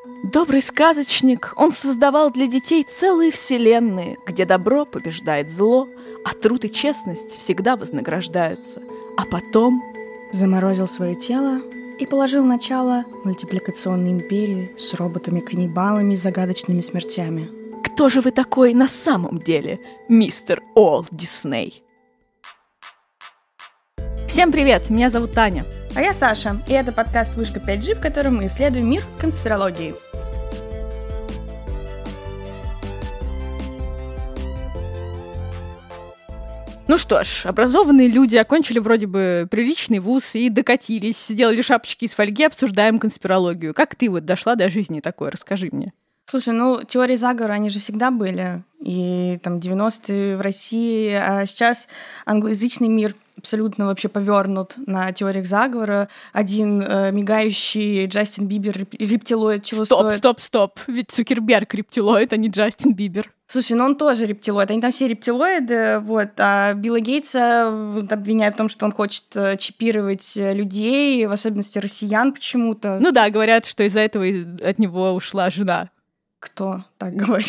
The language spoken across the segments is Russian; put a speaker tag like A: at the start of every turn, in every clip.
A: Добрый сказочник, он создавал для детей целые вселенные, где добро побеждает зло, а труд и честность всегда вознаграждаются. А потом
B: заморозил свое тело и положил начало мультипликационной империи с роботами-каннибалами и загадочными смертями.
A: Кто же вы такой на самом деле, мистер Уолт Дисней? Всем привет, меня зовут Таня.
B: А я Саша, и это подкаст «Вышка 5G», в котором мы исследуем мир конспирологии.
A: Ну что ж, образованные люди окончили вроде бы приличный вуз и докатились, сделали шапочки из фольги, обсуждаем конспирологию. Как ты вот дошла до жизни такой? Расскажи мне.
B: Слушай, теории заговора, они же всегда были. И там 90-е в России, а сейчас англоязычный мир абсолютно вообще повернут на теориях заговора. Один мигающий Джастин Бибер рептилоид чего стоит.
A: Стоп. Ведь Цукерберг рептилоид, а не Джастин Бибер.
B: Слушай, он тоже рептилоид. Они там все рептилоиды, а Билла Гейтса обвиняют в том, что он хочет чипировать людей, в особенности россиян почему-то.
A: Ну да, говорят, что из-за этого от него ушла жена.
B: Кто так говорит?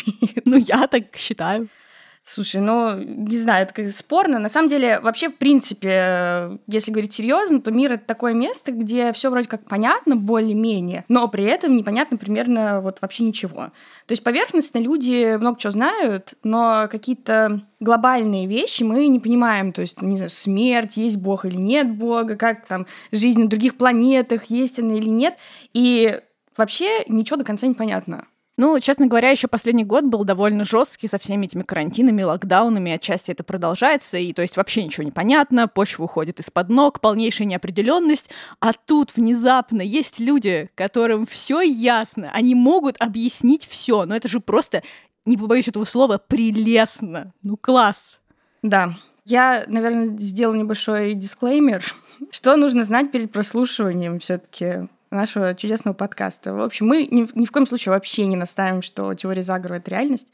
A: Я так считаю.
B: Слушай, не знаю, это как спорно. На самом деле, вообще, в принципе, если говорить серьезно, то мир — это такое место, где все вроде как понятно, более-менее, но при этом непонятно примерно вообще ничего. То есть поверхностно люди много чего знают, но какие-то глобальные вещи мы не понимаем. То есть, не знаю, смерть, есть Бог или нет Бога, как там жизнь на других планетах, есть она или нет. И вообще ничего до конца не понятно.
A: Честно говоря, еще последний год был довольно жесткий со всеми этими карантинами, локдаунами, отчасти это продолжается, и то есть вообще ничего не понятно, почва уходит из-под ног, полнейшая неопределенность, а тут внезапно есть люди, которым все ясно, они могут объяснить все, но это же просто, не побоюсь этого слова, прелестно, класс.
B: Да, я, наверное, сделаю небольшой дисклеймер, что нужно знать перед прослушиванием все-таки нашего чудесного подкаста. В общем, мы ни в коем случае вообще не настаиваем, что теория заговора — это реальность.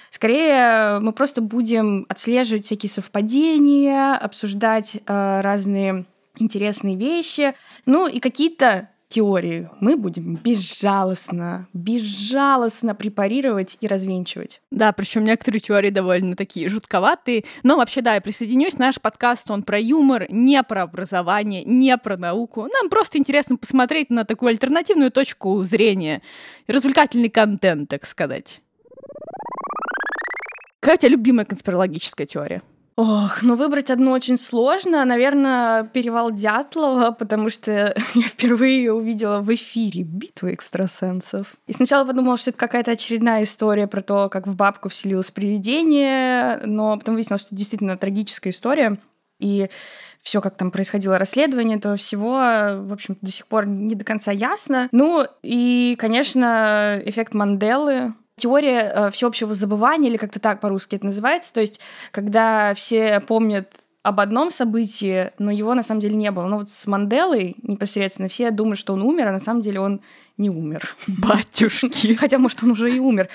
B: Скорее, мы просто будем отслеживать всякие совпадения, обсуждать разные интересные вещи, и какие-то теории мы будем безжалостно препарировать и развенчивать.
A: Да, причем некоторые теории довольно такие жутковатые. Но вообще, да, я присоединюсь. Наш подкаст, он про юмор, не про образование, не про науку. Нам просто интересно посмотреть на такую альтернативную точку зрения. Развлекательный контент, так сказать. Какая у тебя любимая конспирологическая теория?
B: Выбрать одну очень сложно. Наверное, «Перевал Дятлова», потому что я впервые увидела в эфире битву экстрасенсов. И сначала подумала, что это какая-то очередная история про то, как в бабку вселилось привидение, но потом выяснилось, что это действительно трагическая история. И все, как там происходило расследование этого всего, в общем, до сих пор не до конца ясно. И, конечно, эффект Манделы. Теория всеобщего забывания, или как-то так по-русски это называется, то есть когда все помнят об одном событии, но его на самом деле не было. С Манделой непосредственно все думают, что он умер, а на самом деле он не умер.
A: Батюшки!
B: Хотя, может, он уже и умер.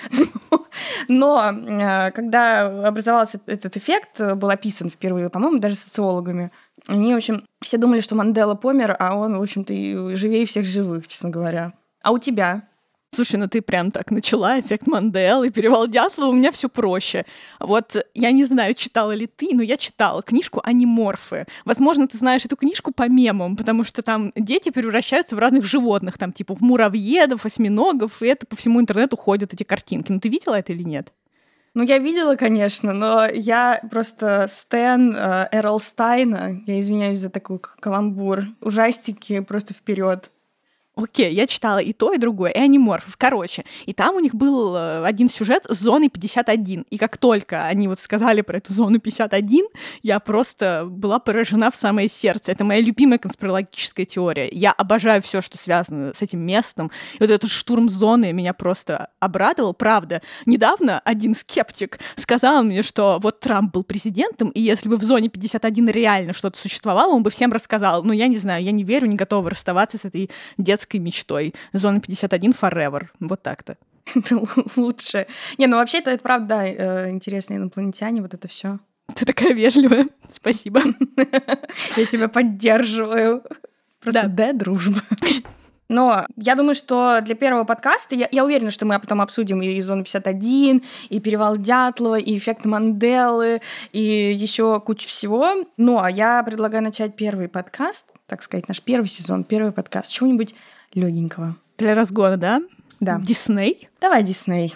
B: Но когда образовался этот эффект, был описан впервые, по-моему, даже социологами, они, в общем, все думали, что Мандела помер, а он, в общем-то, и живее всех живых, честно говоря. А у тебя?
A: Слушай, ты прям так начала, эффект Манделы и «Перевал Дятлова», у меня все проще. Я не знаю, читала ли ты, но я читала книжку «Аниморфы». Возможно, ты знаешь эту книжку по мемам, потому что там дети превращаются в разных животных, там типа в муравьедов, осьминогов, и это по всему интернету ходят эти картинки. Ты видела это или нет?
B: Я видела, конечно, но я просто стэн Эрл Стайна, я извиняюсь за такой каламбур, ужастики просто вперед.
A: Окей, я читала и то, и другое, и аниморфов. Короче, и там у них был один сюжет с зоной 51. И как только они сказали про эту зону 51, я просто была поражена в самое сердце. Это моя любимая конспирологическая теория. Я обожаю все, что связано с этим местом. И этот штурм зоны меня просто обрадовал. Правда, недавно один скептик сказал мне, что Трамп был президентом, и если бы в зоне 51 реально что-то существовало, он бы всем рассказал. Я не знаю, я не верю, не готова расставаться с этой детской мечтой. Зона 51 forever. Вот так-то.
B: Лучше. Вообще-то это правда интересные инопланетяне, это все.
A: Ты такая вежливая. Спасибо.
B: Я тебя поддерживаю. Просто
A: да,
B: дружба. Но я думаю, что для первого подкаста, я уверена, что мы потом обсудим и «Зону 51», и «Перевал Дятлова», и «Эффект Манделы», и еще кучу всего. Но я предлагаю начать первый подкаст, так сказать, наш первый сезон, первый подкаст, чего-нибудь легенького.
A: Для разгона, да?
B: Да.
A: Дисней?
B: Давай Дисней.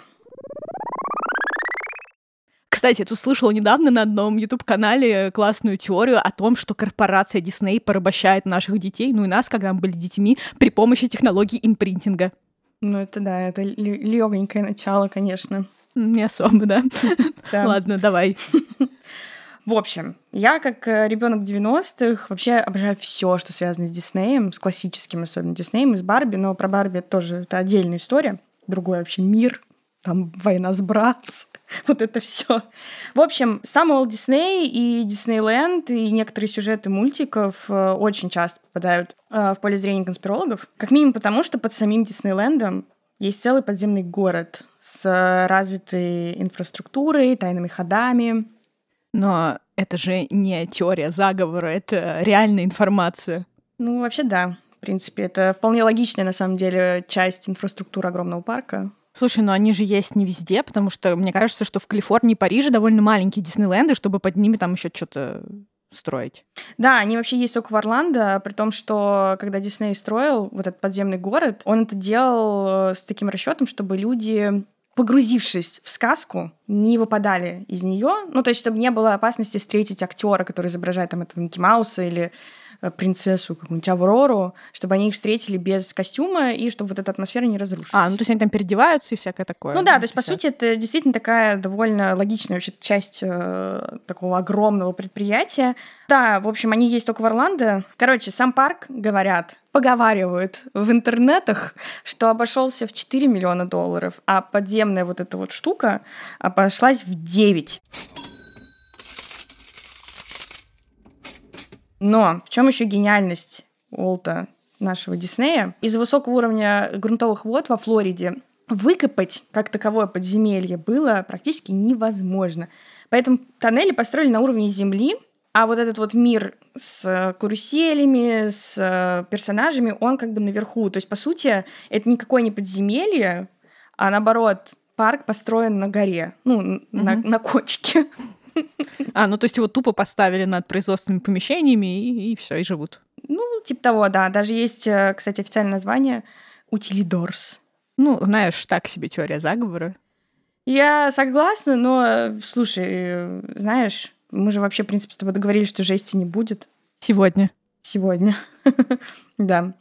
A: Кстати, я тут слышала недавно на одном YouTube-канале классную теорию о том, что корпорация Disney порабощает наших детей, ну и нас, когда мы были детьми, при помощи технологий импринтинга.
B: Ну это да, это легенькое начало, конечно.
A: Не особо, да? Ладно, давай.
B: В общем, я как ребенок 90-х вообще обожаю все, что связано с Диснеем, с классическим особенно Диснеем, и с Барби, но про Барби тоже это отдельная история, другой вообще мир. Там «Война с Братц», вот это все. В общем, сам Уолт Дисней и Диснейленд и некоторые сюжеты мультиков очень часто попадают в поле зрения конспирологов. Как минимум потому, что под самим Диснейлендом есть целый подземный город с развитой инфраструктурой, тайными ходами.
A: Но это же не теория заговора, это реальная информация.
B: Ну, вообще, да. В принципе, это вполне логичная, на самом деле, часть инфраструктуры огромного парка.
A: Слушай, ну они же есть не везде, потому что мне кажется, что в Калифорнии и Париже довольно маленькие Диснейленды, чтобы под ними там еще что-то строить.
B: Да, они вообще есть только в Орландо, при том, что когда Дисней строил вот этот подземный город, он это делал с таким расчетом, чтобы люди, погрузившись в сказку, не выпадали из нее. Ну, то есть, чтобы не было опасности встретить актера, который изображает там этого Микки Мауса или принцессу какую-нибудь Аврору, чтобы они их встретили без костюма и чтобы вот эта атмосфера не разрушилась.
A: Ну то есть они там переодеваются и всякое такое.
B: Ну да, то есть, по сути, это действительно такая довольно логичная вообще часть такого огромного предприятия. Да, в общем, они есть только в Орландо. Короче, сам парк, поговаривают в интернетах, что обошелся в $4 миллиона, а подземная вот эта вот штука обошлась в 9. Но в чем еще гениальность Уолта, нашего Диснея? Из-за высокого уровня грунтовых вод во Флориде выкопать как таковое подземелье было практически невозможно. Поэтому тоннели построили на уровне земли, а вот этот вот мир с каруселями, с персонажами, он как бы наверху. То есть, по сути, это никакое не подземелье, а наоборот, парк построен на горе, на кочке.
A: Ну то есть его тупо поставили над производственными помещениями и все, и живут.
B: Ну, типа того, да. Даже есть, кстати, официальное название «Утилидорс».
A: Ну, знаешь, так себе теория заговора.
B: Я согласна, но, слушай, знаешь, мы же вообще, в принципе, с тобой договорились, что жести не будет.
A: Сегодня.
B: Да.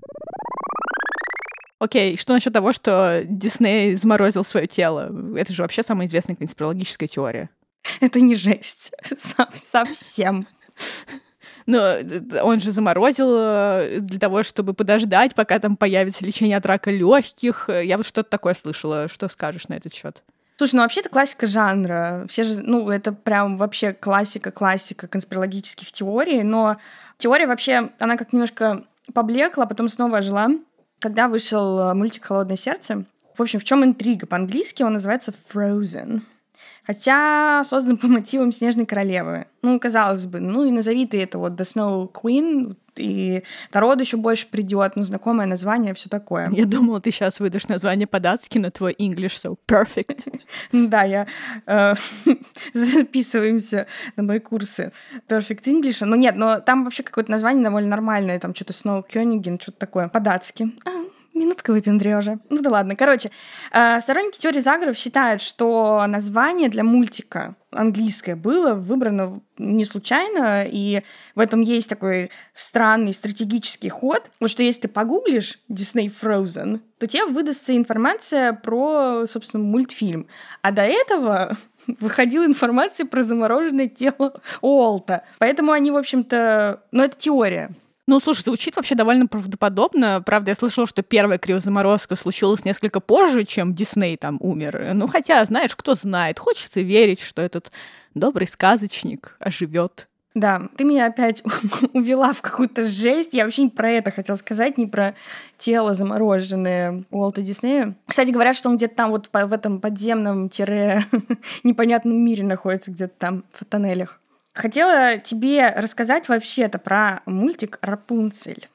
A: Окей, что насчет того, что Дисней заморозил свое тело? Это же вообще самая известная конспирологическая теория.
B: Это не жесть. Совсем.
A: Но он же заморозил для того, чтобы подождать, пока там появится лечение от рака легких. Я вот что-то такое слышала. Что скажешь на этот счет?
B: Слушай, вообще это классика жанра. Все же, это прям вообще классика конспирологических теорий. Но теория вообще, она как немножко поблекла, а потом снова ожила, когда вышел мультик «Холодное сердце». В общем, в чем интрига? По-английски он называется Frozen. Хотя создан по мотивам «Снежной королевы». Казалось бы, и назови ты это вот The Snow Queen, и народу еще больше придет, знакомое название, все такое.
A: Я думала, ты сейчас выдашь название по-датски, но твой English so perfect.
B: Да, записываемся на мои курсы Perfect English. Но там вообще какое-то название довольно нормальное, там что-то Snow Königin, что-то такое по-датски. Минутка выпендрежа. Да ладно. Короче, сторонники теории заговоров считают, что название для мультика английское было выбрано не случайно, и в этом есть такой странный стратегический ход. Вот что если ты погуглишь Disney Frozen, то тебе выдастся информация про, собственно, мультфильм. А до этого выходила информация про замороженное тело Уолта. Поэтому они, в общем-то... это теория.
A: Слушай, звучит вообще довольно правдоподобно. Правда, я слышала, что первая криозаморозка случилась несколько позже, чем Дисней там умер. Хотя, знаешь, кто знает, хочется верить, что этот добрый сказочник оживет.
B: Да, ты меня опять увела в какую-то жесть. Я вообще не про это хотела сказать, не про тело замороженное Уолта Диснея. Кстати, говорят, что он где-то там вот в этом подземном непонятном мире находится, где-то там в тоннелях. Хотела тебе рассказать вообще-то про мультик «Рапунцель».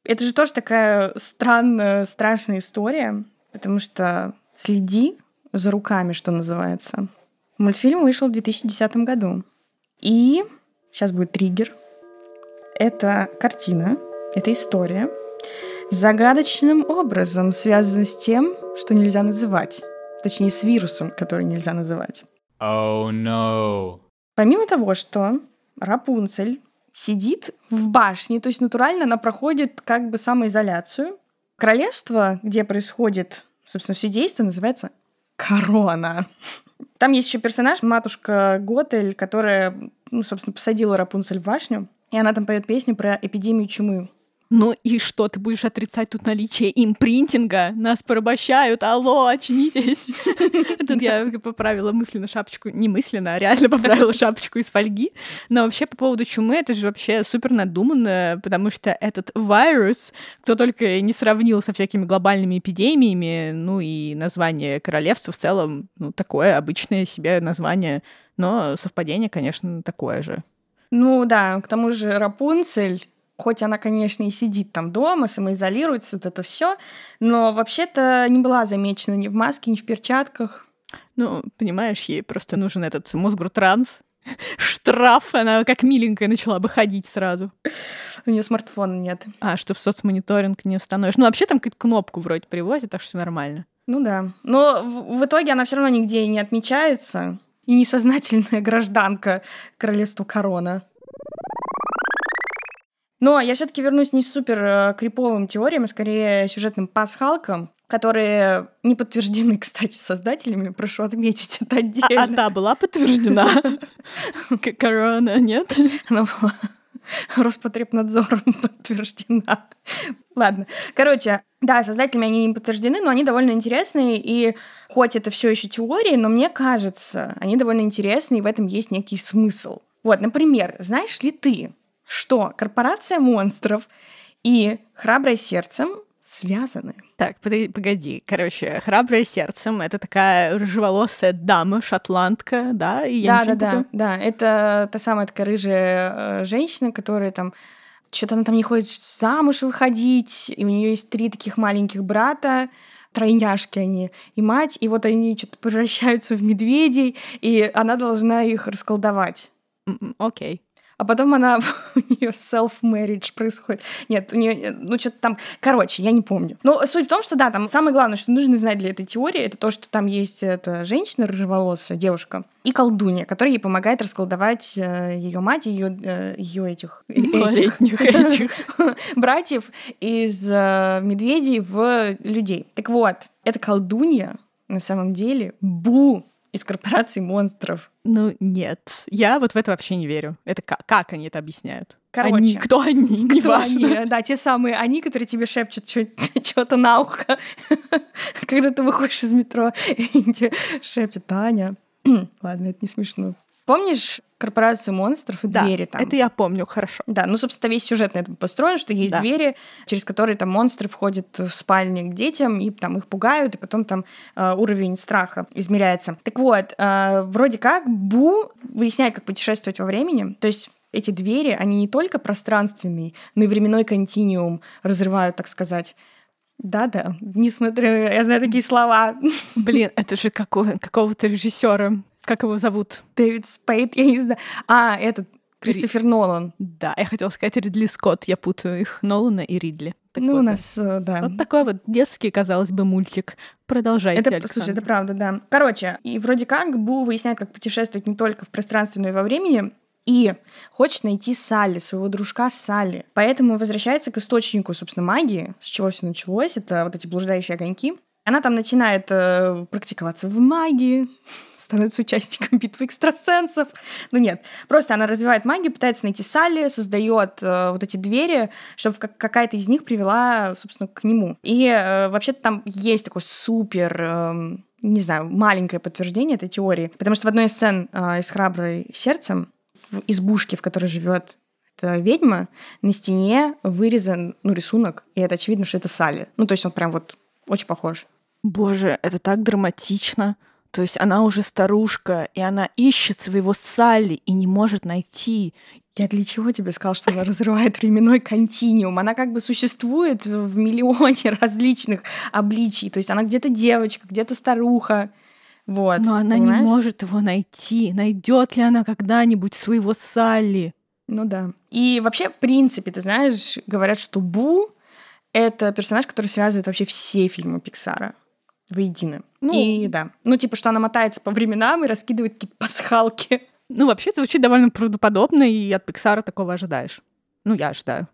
B: Это же тоже такая странная, страшная история, потому что следи за руками, что называется. Мультфильм вышел в 2010 году. И сейчас будет триггер. Это картина, это история, загадочным образом связана с тем, что нельзя называть. Точнее, с вирусом, который нельзя называть.
C: Oh no.
B: Помимо того, что Рапунцель сидит в башне, то есть натурально она проходит как бы самоизоляцию. Королевство, где происходит, собственно, все действие, называется Корона. Там есть еще персонаж, матушка Готель, которая, собственно, посадила Рапунцель в башню, и она там поет песню про эпидемию чумы.
A: Ну и что, ты будешь отрицать тут наличие импринтинга? Нас порабощают, алло, очнитесь. Тут я поправила мысленно шапочку, не мысленно, а реально поправила шапочку из фольги. Но вообще по поводу чумы, это же вообще супер надуманно, потому что этот вирус, кто только не сравнил со всякими глобальными эпидемиями, ну и название королевства в целом, такое обычное себе название, но совпадение, конечно, такое же.
B: Ну да, к тому же Рапунцель, хоть она, конечно, и сидит там дома, самоизолируется, вот это все, но вообще-то не была замечена ни в маске, ни в перчатках.
A: Ну, понимаешь, ей просто нужен этот Мосгортранс. Штраф, она как миленькая начала бы ходить сразу.
B: У нее смартфона нет.
A: А, что в соцмониторинг не установишь. Ну, вообще там какую-то кнопку вроде привозят, так что нормально.
B: Ну да. Но в итоге она все равно нигде не отмечается. И несознательная гражданка королевства Корона. Но я все-таки вернусь не супер криповым теориям, а скорее сюжетным пасхалкам, которые не подтверждены, кстати, создателями. Прошу отметить это отдельно.
A: А та была подтверждена? Корона, нет?
B: Она была Роспотребнадзором подтверждена. Ладно. Короче, да, создателями они не подтверждены, но они довольно интересные, и хоть это все еще теории, но мне кажется, они довольно интересны, и в этом есть некий смысл. Вот, например, знаешь ли ты, что корпорация монстров и «Храброе сердцем» связаны?
A: Так, погоди. Короче, «Храброе сердцем» — это такая рыжеволосая дама, шотландка, да? И
B: Да. Это та самая такая рыжая женщина, которая там что-то она там не хочет замуж выходить, и у нее есть 3 таких маленьких брата, тройняшки они, и мать, и вот они что-то превращаются в медведей, и она должна их расколдовать.
A: Окей.
B: А потом у нее self-marriage происходит. Нет, у нее, что-то там... Короче, я не помню. Но суть в том, что да, там самое главное, что нужно знать для этой теории, это то, что там есть эта женщина рыжеволосая, девушка, и колдунья, которая ей помогает расколдовать ее мать, ее этих братьев из медведей в людей. Так вот, эта колдунья на самом деле Бу из корпорации монстров.
A: Ну, нет. Я вот в это вообще не верю. Это как они это объясняют?
B: Короче.
A: Они. Кто они? Неважно.
B: Да, те самые они, которые тебе шепчут что-то на ухо, когда ты выходишь из метро, и тебе шепчут: Таня. Ладно, это не смешно. Помнишь корпорацию монстров и двери там?
A: Это я помню, хорошо.
B: Да, собственно, весь сюжет на этом построен, что есть двери, через которые там монстры входят в спальни к детям, и там их пугают, и потом там уровень страха измеряется. Так вот, вроде как Бу выясняет, как путешествовать во времени, то есть эти двери, они не только пространственный, но и временной континуум разрывают, так сказать. Да-да, не смотрю, я знаю такие слова.
A: Блин, это же какого-то режиссера. Как его зовут?
B: Дэвид Спейд, я не знаю. Этот Кристофер Нолан.
A: Да, я хотела сказать Ридли Скотт, я путаю их, Нолана и Ридли.
B: Так у нас, да.
A: Вот такой вот детский, казалось бы, мультик. Продолжайте, Александр.
B: Слушай, это правда, да. Короче, и вроде как Бу выясняет, как путешествовать не только в пространстве, но и во времени, и хочет найти Салли, своего дружка Салли. Поэтому возвращается к источнику, собственно, магии, с чего все началось. Это вот эти блуждающие огоньки. Она там начинает практиковаться в магии, становится участником битвы экстрасенсов. Ну нет, просто она развивает магию, пытается найти Салли, создает вот эти двери, чтобы какая-то из них привела, собственно, к нему. И вообще-то там есть такой супер, не знаю, маленькое подтверждение этой теории, потому что в одной из сцен из «Храброй сердцем» в избушке, в которой живет эта ведьма, на стене вырезан рисунок, и это очевидно, что это Салли. Ну, то есть он прям вот очень похож.
A: Боже, это так драматично. То есть она уже старушка, и она ищет своего Салли и не может найти.
B: Я для чего тебе сказала, что она разрывает временной континуум? Она как бы существует в миллионе различных обличий. То есть она где-то девочка, где-то старуха. Вот,
A: но она
B: понимаешь?
A: не может его найти. Найдет ли она когда-нибудь своего Салли?
B: Ну да. И вообще, в принципе, ты знаешь, говорят, что Бу — это персонаж, который связывает вообще все фильмы Пиксара воедино. И да. Ну, типа, что она мотается по временам и раскидывает какие-то пасхалки.
A: Ну, вообще, это звучит довольно правдоподобно, и от Пиксара такого ожидаешь. Ну, я ожидаю.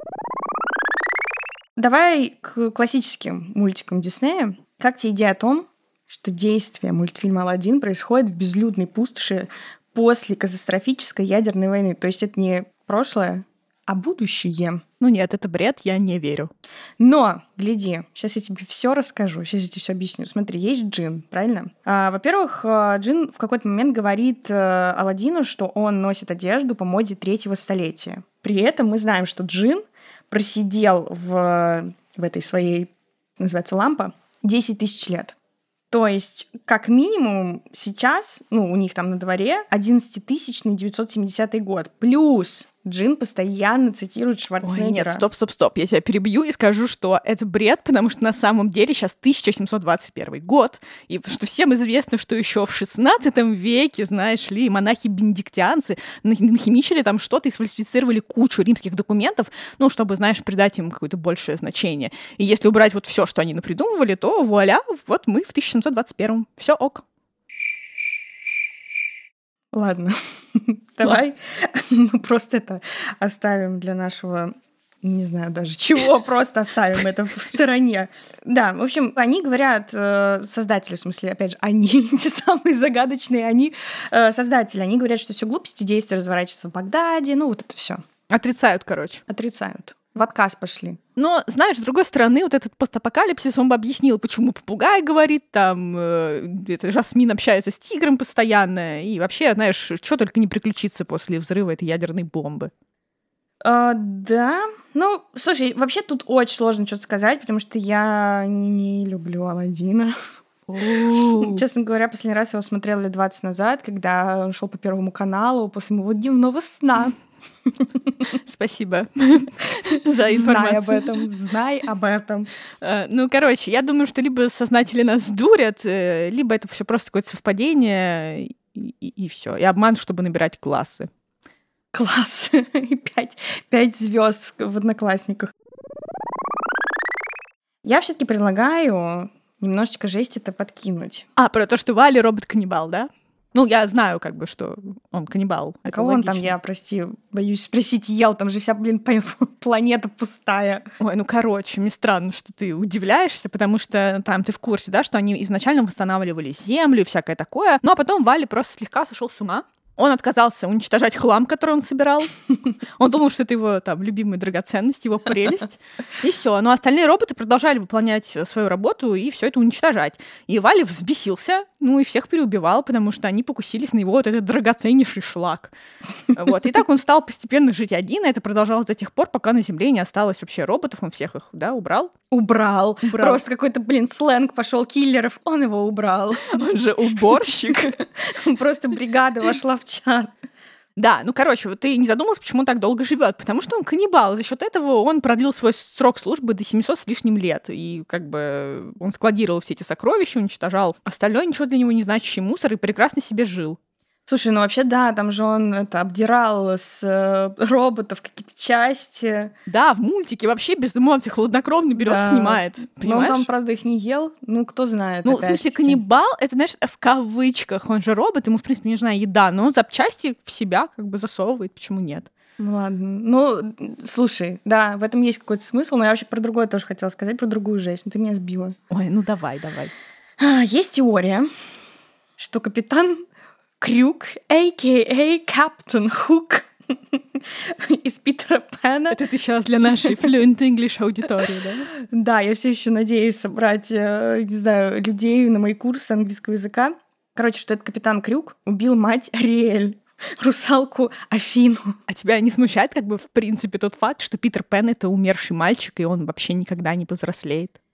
B: Давай к классическим мультикам Диснея. Как тебе идея о том, что действие мультфильма «Аладдин» происходит в безлюдной пустоши после катастрофической ядерной войны? То есть это не прошлое, а будущее.
A: Ну нет, это бред, я не верю.
B: Но, гляди, сейчас я тебе все расскажу, сейчас я тебе все объясню. Смотри, есть Джин, правильно? Во-первых, Джин в какой-то момент говорит Аладдину, что он носит одежду по моде 3-го столетия. При этом мы знаем, что Джин просидел в этой своей, называется, лампа, 10 тысяч лет. То есть, как минимум, сейчас, у них там на дворе 11-тысячный 970 год. Плюс Джин постоянно цитирует Шварценеггера.
A: Ой, нет, стоп. Я тебя перебью и скажу, что это бред, потому что на самом деле сейчас 1721 год, и что всем известно, что еще в 16 веке, знаешь ли, монахи-бенедиктианцы нахимичили там что-то и сфальсифицировали кучу римских документов, чтобы, знаешь, придать им какое-то большее значение. И если убрать вот все, что они напридумывали, то вуаля, вот мы в 1721. Все ок.
B: Ладно, давай мы просто это оставим для нашего, не знаю даже чего, просто оставим это в стороне. Да, в общем, они говорят, создатели, в смысле, опять же, они, те самые загадочные, они, создатели, они говорят, что все глупости, действия разворачиваются в Багдаде, вот это все.
A: Отрицают, короче.
B: Отрицают. В отказ пошли.
A: Но, знаешь, с другой стороны, вот этот постапокалипсис, он бы объяснил, почему попугай говорит, там, Жасмин общается с тигром постоянно, и вообще, знаешь, что только не приключится после взрыва этой ядерной бомбы.
B: Да. Слушай, вообще тут очень сложно что-то сказать, потому что я не люблю Аладдина. Честно говоря, последний раз я его смотрела лет 20 назад, когда он шел по Первому каналу после моего дневного сна.
A: Спасибо за информацию.
B: Знай об этом.
A: Короче, я думаю, что либо сознатели нас дурят, либо это все просто какое-то совпадение, и все. И обман, чтобы набирать классы.
B: Класс. И 5 звезд в Одноклассниках. Я все-таки предлагаю немножечко жести-то подкинуть.
A: Про то, что Валли робот-каннибал, да? Я знаю, что он каннибал.
B: А кого он там, я, прости, боюсь спросить, ел? Там же вся, планета пустая.
A: Ой, короче, мне странно, что ты удивляешься, потому что там ты в курсе, да, что они изначально восстанавливали Землю и всякое такое, а потом Валли просто слегка сошел с ума. Он отказался уничтожать хлам, который он собирал. Он думал, что это его там любимая драгоценность, его прелесть. И все. Но остальные роботы продолжали выполнять свою работу и все это уничтожать. И Валли взбесился, и всех переубивал, потому что они покусились на его вот этот драгоценнейший шлак. Вот. И так он стал постепенно жить один, и это продолжалось до тех пор, пока на Земле не осталось вообще роботов. Он всех их, убрал.
B: Убрал. Просто какой-то, сленг пошел киллеров, он его убрал.
A: Он же уборщик.
B: Просто бригада вошла в чат.
A: Да, вот ты не задумался, почему он так долго живет? Потому что он каннибал. За счет этого он продлил свой срок службы до 700 с лишним лет. И он складировал все эти сокровища, уничтожал остальное, ничего для него не значащий мусор, и прекрасно себе жил.
B: Слушай, вообще, да, там же он обдирал с роботов какие-то части.
A: Да, в мультике вообще без эмоций хладнокровно берет, снимает. Понимаешь?
B: Но он там, правда, их не ел. Кто знает.
A: В смысле, каннибал, это, знаешь, в кавычках. Он же робот, ему, в принципе, не нужна еда, но он запчасти в себя засовывает. Почему нет?
B: Ладно. Слушай, да, в этом есть какой-то смысл, но я вообще про другое тоже хотела сказать, про другую жесть, но ты меня сбила.
A: Ой, давай.
B: Есть теория, что капитан Крюк, а.к.а. Captain Hook из Питера Пэна.
A: Это ты сейчас для нашей Fluent English аудитории, да?
B: Да, я все еще надеюсь собрать, не знаю, людей на мои курсы английского языка. Короче, что этот капитан Крюк убил мать Ариэль, русалку Афину.
A: А тебя не смущает, в принципе, тот факт, что Питер Пэн — это умерший мальчик, и он вообще никогда не повзрослеет?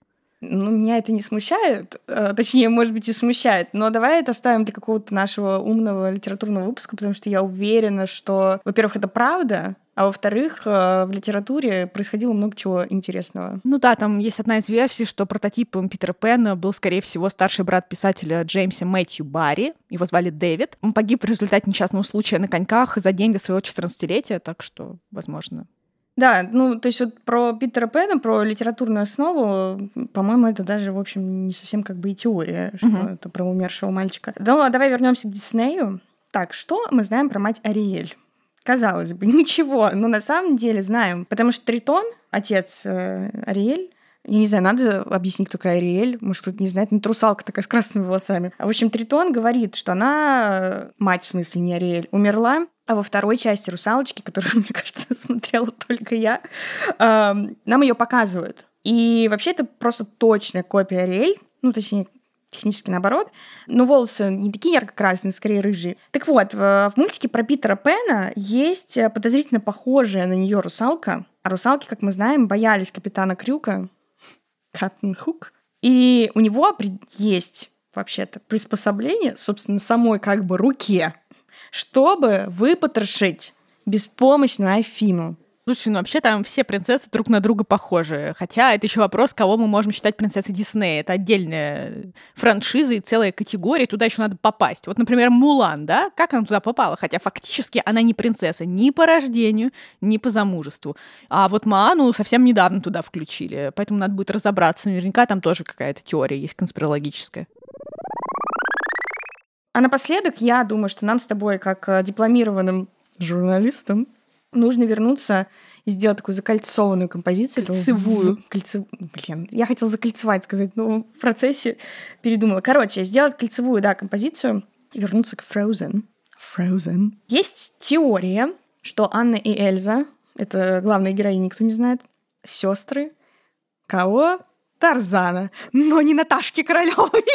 B: Ну, меня это не смущает, точнее, может быть, и смущает, но давай это оставим для какого-то нашего умного литературного выпуска, потому что я уверена, что, во-первых, это правда, а во-вторых, в литературе происходило много чего интересного.
A: Ну да, там есть одна из версий, что прототипом Питера Пэна был, скорее всего, старший брат писателя Джеймса Мэтью Барри. Его звали Дэвид. Он погиб в результате несчастного случая на коньках за день до своего 14-летия, так что, возможно...
B: Да, ну, то есть вот про Питера Пэна, про литературную основу, по-моему, это даже, в общем, не совсем как бы и теория, что это про умершего мальчика. Ну, давай вернемся к Диснею. Так, что мы знаем про мать Ариэль? Казалось бы, ничего, но на самом деле знаем, потому что Тритон, отец Ариэль, я не знаю, надо объяснить, кто такая Ариэль, может, кто-то не знает, но это русалка такая с красными волосами. В общем, Тритон говорит, что она, мать, в смысле, не Ариэль, умерла, а во второй части «Русалочки», которую, мне кажется, смотрела только я, нам ее показывают. И вообще это просто точная копия Ариэль, ну, точнее, технически наоборот, но волосы не такие ярко-красные, скорее рыжие. Так вот, в мультике про Питера Пэна есть подозрительно похожая на нее русалка, а русалки, как мы знаем, боялись капитана Крюка, Капитан Хук, и у него есть вообще-то приспособление, собственно, самой как бы руке, чтобы выпотрошить беспомощную Афину.
A: Слушай, ну вообще там все принцессы друг на друга похожи. Хотя это еще вопрос, кого мы можем считать принцессой Диснея. Это отдельная франшиза и целая категория, туда еще надо попасть. Вот, например, Мулан, да? Как она туда попала? Хотя фактически она не принцесса ни по рождению, ни по замужеству. А вот Моану совсем недавно туда включили, поэтому надо будет разобраться. Наверняка там тоже какая-то теория есть конспирологическая.
B: А напоследок, я думаю, что нам с тобой, как дипломированным журналистам, нужно вернуться и сделать такую закольцованную композицию.
A: Кольцевую.
B: Блин, я хотела закольцевать сказать, но в процессе передумала. Короче, сделать кольцевую, да, композицию и вернуться к Frozen. Есть теория, что Анна и Эльза, это главные героини, никто не знает, сестры кого? Тарзана, но не Наташки Королёвой.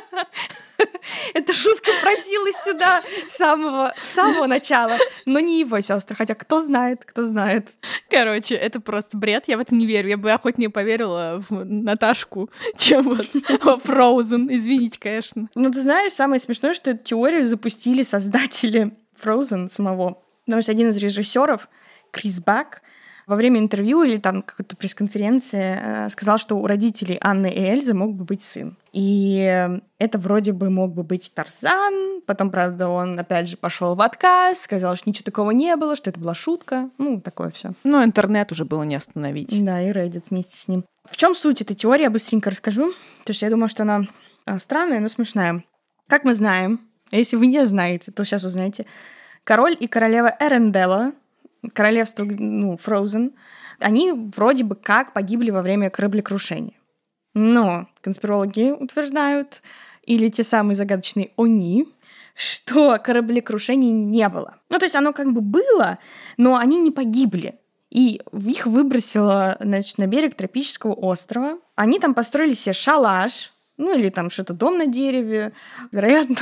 B: Эта шутка просилась сюда с самого начала, но не его сестры, хотя кто знает.
A: Короче, это просто бред, я в это не верю. Я бы охотнее поверила в Наташку, чем вот в Frozen. Извините, конечно.
B: Ну, ты знаешь, самое смешное, что эту теорию запустили создатели Frozen самого. Потому что один из режиссеров, Крис Бак, во время интервью или там какой-то пресс-конференции сказал, что у родителей Анны и Эльзы мог бы быть сын. И это вроде бы мог бы быть Тарзан. Потом, правда, он опять же пошел в отказ, сказал, что ничего такого не было, что это была шутка. Ну, такое все.
A: Но интернет уже было не остановить.
B: Да, и Reddit вместе с ним. В чем суть этой теории, я быстренько расскажу. Потому что я думаю, что она странная, но смешная. Как мы знаем, а если вы не знаете, то сейчас узнаете, король и королева Эренделла, королевство, Frozen, они вроде бы как погибли во время кораблекрушения. Но конспирологи утверждают, или те самые загадочные они, что кораблекрушений не было. Ну, то есть оно как бы было, но они не погибли. И их выбросило, значит, на берег тропического острова. Они там построили себе шалаш, ну, или там что-то дом на дереве. Вероятно,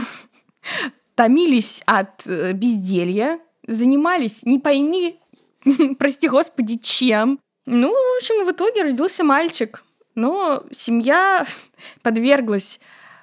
B: томились от безделья, занимались, не пойми, прости господи, чем. Ну, в общем, в итоге родился мальчик. Но семья подверглась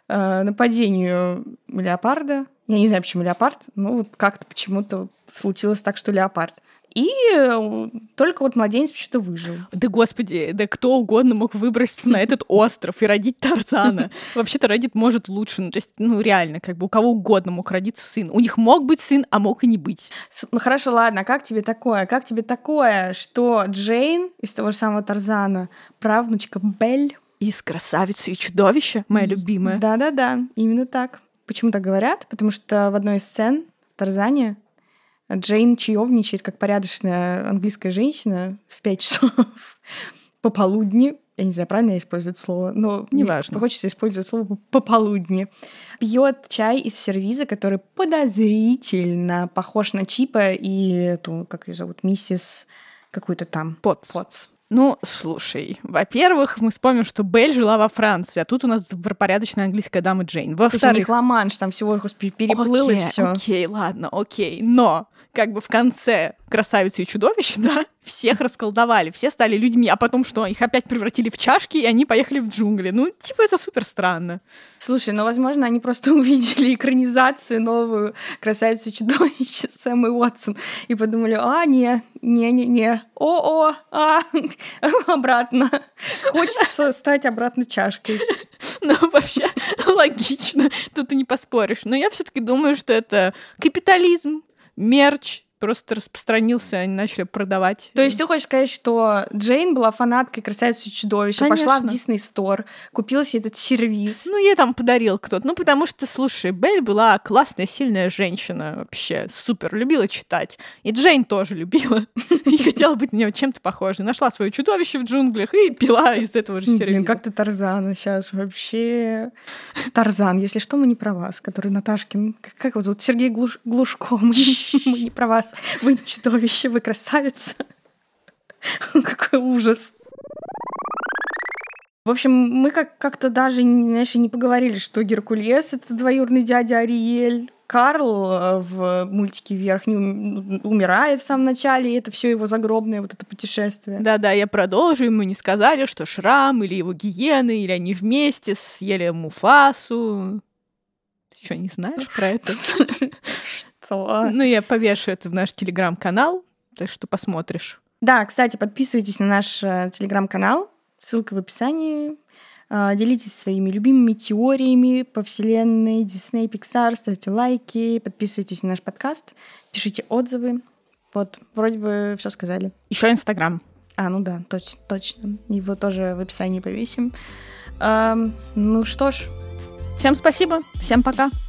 B: нападению леопарда. Я не знаю, почему леопард, но вот как-то почему-то случилось так, что леопард. И только вот младенец почему-то выжил.
A: Да господи, да кто угодно мог выброситься на этот остров и родить Тарзана. Вообще-то родит может лучше. Ну, то есть, реально, как бы у кого угодно мог родиться сын. У них мог быть сын, а мог и не быть.
B: Ну хорошо, ладно, а как тебе такое? Как тебе такое, что Джейн из того же самого Тарзана, правнучка Бель...
A: Из «Красавицы и чудовища», моя любимая.
B: Да-да-да, именно так. Почему так говорят? Потому что в одной из сцен в Тарзане Джейн чаевничает, как порядочная английская женщина в 5 часов пополудни. Я не знаю, правильно я использую это слово, но
A: неважно.
B: Хочется использовать слово «пополудни». Пьет чай из сервиза, который подозрительно похож на Чипа и эту, как ее зовут, миссис какую-то там.
A: Потс. Ну, слушай, во-первых, мы вспомним, что Белль жила во Франции, а тут у нас порядочная английская дама Джейн.
B: Во-вторых, у них Ла-Манш, там всего их переплыл и все.
A: Окей, ладно, окей. Но как бы в конце «Красавицы и чудовища», да, всех расколдовали, все стали людьми, а потом что, их опять превратили в чашки, и они поехали в джунгли. Ну, типа, это супер странно.
B: Слушай, ну, возможно, они просто увидели экранизацию новую «Красавицу и чудовище» с Эммой Уотсон и подумали, не, обратно. Хочется стать обратно чашкой.
A: Ну, вообще, логично, тут и не поспоришь. Но я все-таки думаю, что это капитализм, мерч, просто распространился, они начали продавать.
B: То есть ты хочешь сказать, что Джейн была фанаткой «Красавицы и чудовища», пошла в Дисней Стор, купила себе этот сервиз.
A: Ну, ей там подарил кто-то. Ну, потому что, слушай, Белль была классная, сильная женщина, вообще супер, любила читать. И Джейн тоже любила. И хотела быть на него чем-то похожей. Нашла свое чудовище в джунглях и пила из этого же сервиза.
B: Блин, как ты Тарзана сейчас вообще. Тарзан, если что, мы не про вас, который Наташкин. Как вот Сергей Глушко, мы не про вас. Вы не чудовище, вы красавица. Какой ужас. В общем, мы как-то даже, знаешь, не поговорили, что Геркулес — это двоюродный дядя Ариэль. Карл в мультике «Вверх» не умирает в самом начале, и это все его загробное вот это путешествие.
A: Да-да, я продолжу. Мы не сказали, что Шрам или его гиены, или они вместе съели Муфасу. Ты что, не знаешь про это? Ну, я повешу это в наш телеграм-канал, так что посмотришь.
B: Да, кстати, подписывайтесь на наш телеграм-канал, ссылка в описании. Делитесь своими любимыми теориями по вселенной Disney, Pixar, ставьте лайки, подписывайтесь на наш подкаст, пишите отзывы. Вот, вроде бы все сказали.
A: Еще Инстаграм.
B: Ну да, точно. Его тоже в описании повесим. Ну что ж.
A: Всем спасибо, всем пока.